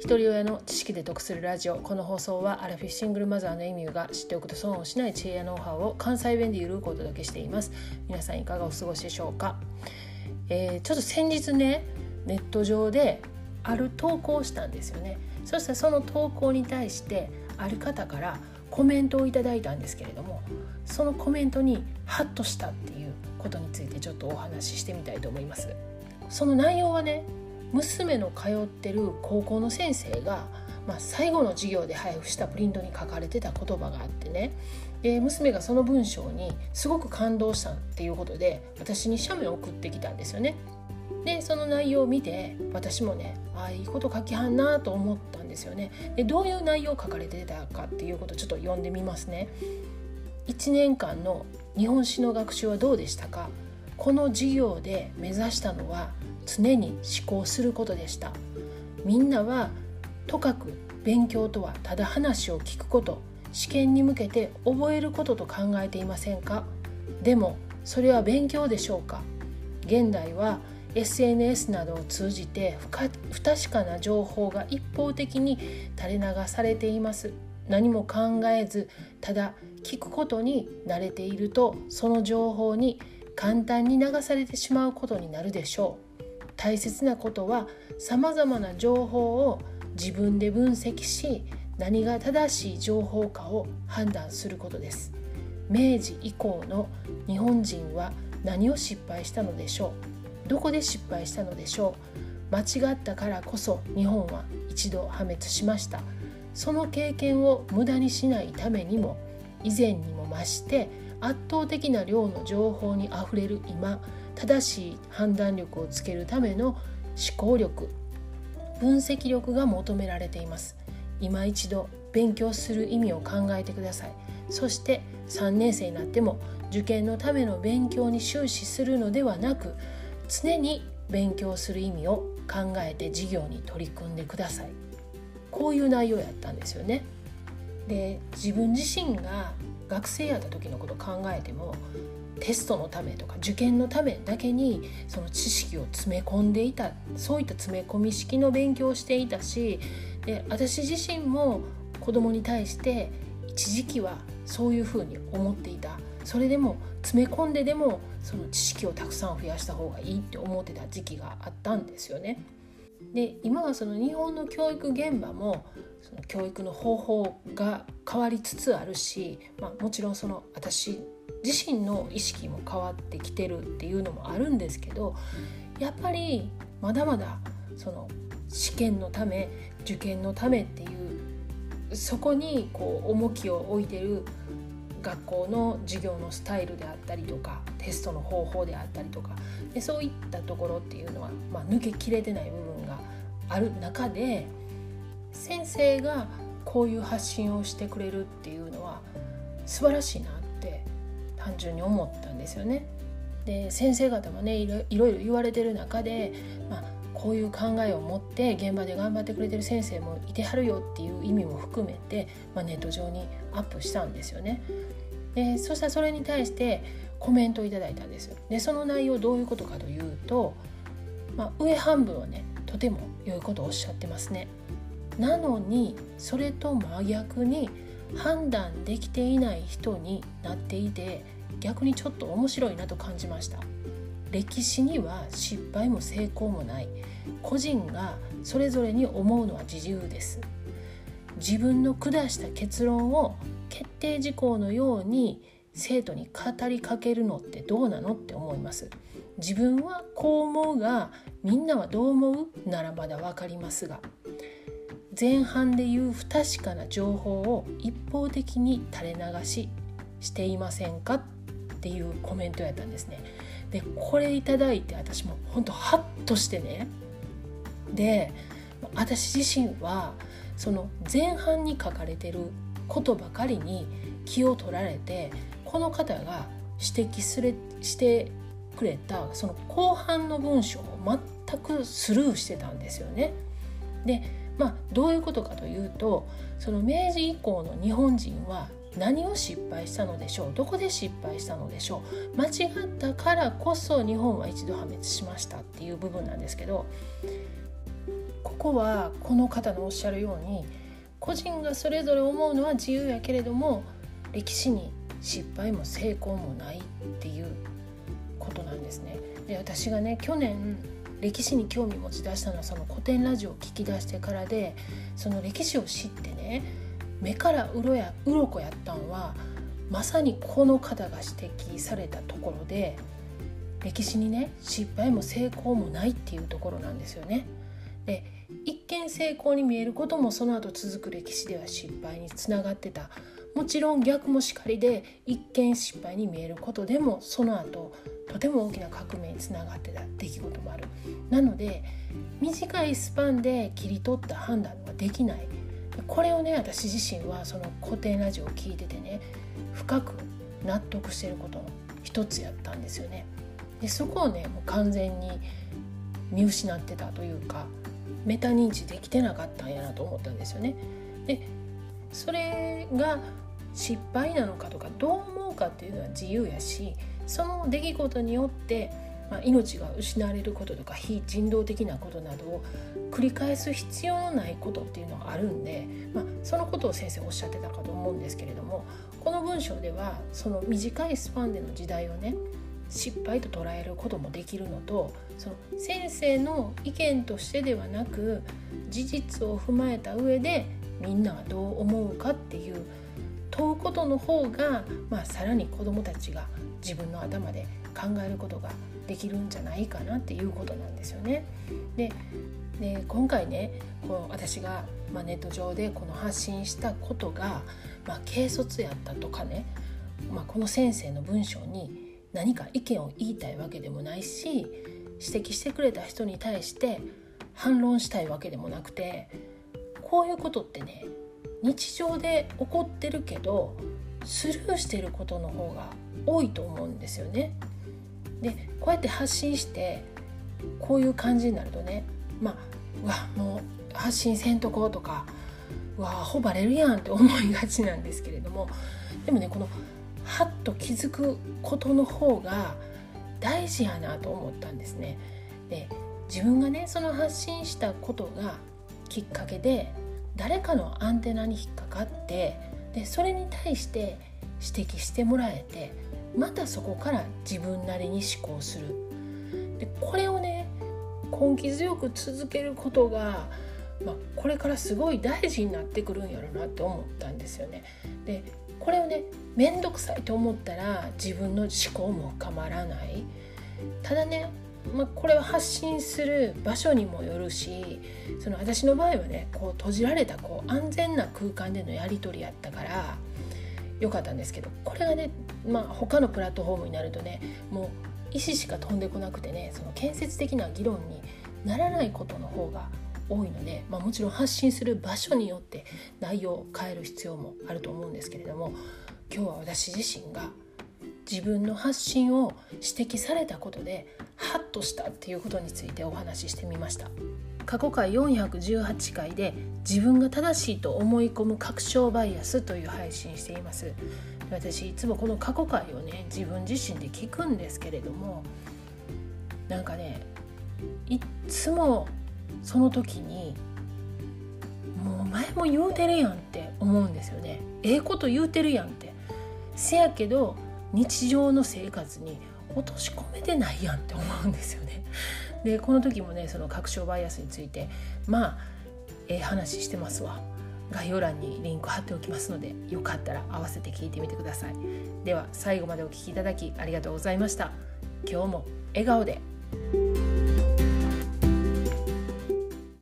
一人親の知識で得するラジオ。この放送はアラフィフシングルマザーのエミューが知っておくと損をしない知恵やノウハウを関西弁でゆるくお届けしています。皆さんいかがお過ごしでしょうか。ちょっと先日ね、ネット上である投稿をしたんですよね。そしたらその投稿に対してある方からコメントをいただいたんですけれども、そのコメントにハッとしたっていうことについてちょっとお話ししてみたいと思います。その内容はね、娘の通ってる高校の先生が、最後の授業で配布したプリントに書かれてた言葉があってね、娘がその文章にすごく感動したっていうことで私に写メを送ってきたんですよね。でその内容を見て私もね、いいこと書きはんなと思ったんですよね。でどういう内容書かれてたかっていうことをちょっと読んでみますね。1年間の日本史の学習はどうでしたか。この授業で目指したのは常に思考することでした。みんなはとかく勉強とはただ話を聞くこと、試験に向けて覚えることと考えていませんか。でもそれは勉強でしょうか。現代は SNS などを通じて不確かな情報が一方的に垂れ流されています。何も考えずただ聞くことに慣れていると、その情報に簡単に流されてしまうことになるでしょう。大切なことはさまざまな情報を自分で分析し、何が正しい情報かを判断することです。明治以降の日本人は何を失敗したのでしょう。どこで失敗したのでしょう。間違ったからこそ日本は一度破滅しました。その経験を無駄にしないためにも、以前にも増して圧倒的な量の情報にあふれる今、正しい判断力をつけるための思考力、分析力が求められています。今一度勉強する意味を考えてください。そして3年生になっても受験のための勉強に終始するのではなく、常に勉強する意味を考えて授業に取り組んでください。こういう内容やったんですよね。で自分自身が学生やった時のことを考えても、テストのためとか受験のためだけにその知識を詰め込んでいた、そういった詰め込み式の勉強をしていたし、で私自身も子供に対して一時期はそういうふうに思っていた。それでも詰め込んででもその知識をたくさん増やした方がいいって思ってた時期があったんですよね。で今はその日本の教育現場もその教育の方法が変わりつつあるし、もちろんその私自身の意識も変わってきてるっていうのもあるんですけど、やっぱりまだまだその試験のため受験のためっていうそこに重きを置いてる学校の授業のスタイルであったりとか、テストの方法であったりとかで、そういったところっていうのは、抜けきれてない部分がある中で、先生がこういう発信をしてくれるっていうのは素晴らしいなって単純に思ったんですよね。で先生方もね、いろいろ言われてる中で、こういう考えを持って現場で頑張ってくれてる先生もいてはるよっていう意味も含めて、ネット上にアップしたんですよね。でそしたらそれに対してコメントをいただいたんですよ。でその内容どういうことかというと、上半分はね、とても良いことをおっしゃってますね。なのにそれと真逆に判断できていない人になっていて、逆にちょっと面白いなと感じました。歴史には失敗も成功もない。個人がそれぞれに思うのは自由です。自分の下した結論を決定事項のように生徒に語りかけるのってどうなのって思います。自分はこう思うがみんなはどう思うならまだ分かりますが、前半でいう不確かな情報を一方的に垂れ流していませんかっていうコメントやったんですね。でこれいただいて私も本当ハッとしてね。で私自身はその前半に書かれてることばかりに気を取られて、この方が指摘してくれたその後半の文章を全くスルーしてたんですよね。でどういうことかというと、その明治以降の日本人は何を失敗したのでしょう、どこで失敗したのでしょう、間違ったからこそ日本は一度破滅しましたっていう部分なんですけど、ここはこの方のおっしゃるように個人がそれぞれ思うのは自由やけれども、歴史に失敗も成功もないっていうことなんですね。で、私がね去年歴史に興味持ち出したのはその古典ラジオを聞き出してからで、その歴史を知ってね目から鱗やったんはまさにこの方が指摘されたところで、歴史にね失敗も成功もないっていうところなんですよね。で、一見成功に見えることもその後続く歴史では失敗につながってた。もちろん逆もしかりで、一見失敗に見えることでもその後とても大きな革命につながってた出来事もある。なので短いスパンで切り取った判断はできない。これをね私自身はその古典ラジオを聞いててね深く納得していることの一つやったんですよね。でそこをねもう完全に見失ってたというか、メタ認知できてなかったんやなと思ったんですよね。でそれが失敗なのかとかどう思うかっていうのは自由やし、その出来事によって、命が失われることとか非人道的なことなどを繰り返す必要のないことっていうのがあるんで、そのことを先生おっしゃってたかと思うんですけれども、この文章ではその短いスパンでの時代をね失敗と捉えることもできるのと、その先生の意見としてではなく事実を踏まえた上でみんなはどう思うかっていう問うことの方が、さらに子どもたちが自分の頭で考えることができるんじゃないかなっていうことなんですよね。で今回ねこう私が、ネット上でこの発信したことが、軽率やったとかね、この先生の文章に何か意見を言いたいわけでもないし、指摘してくれた人に対して反論したいわけでもなくて、こういうことってね日常で起こってるけどスルーしてることの方が多いと思うんですよね。でこうやって発信してこういう感じになるとね、もう発信せんとこうとか、ほばれるやんって思いがちなんですけれども、でもねこのはっと気づくことの方が大事やなと思ったんですね。で自分がねその発信したことがきっかけで誰かのアンテナに引っかかって、でそれに対して指摘してもらえて、またそこから自分なりに思考する。でこれをね根気強く続けることが、これからすごい大事になってくるんやろなって思ったんですよね。でこれをねめんどくさいと思ったら自分の思考も深まらない。ただねこれは発信する場所にもよるし、その私の場合はねこう閉じられた安全な空間でのやり取りやったからよかったんですけど、これがね、他のプラットフォームになるとねもう石しか飛んでこなくてね、その建設的な議論にならないことの方が多いので、もちろん発信する場所によって内容を変える必要もあると思うんですけれども、今日は私自身が自分の発信を指摘されたことでハッとしたっていうことについてお話ししてみました。過去回418回で自分が正しいと思い込む確証バイアスという配信しています。私いつもこの過去回をね自分自身で聞くんですけれども、なんかねいつもその時にもう前も言うてるやんって思うんですよね。こと言うてるやんって、せやけど日常の生活に落とし込めてないやんって思うんですよね。でこの時もねその確証バイアスについて話してますわ。概要欄にリンク貼っておきますので、よかったら合わせて聞いてみてください。では最後までお聞きいただきありがとうございました。今日も笑顔で。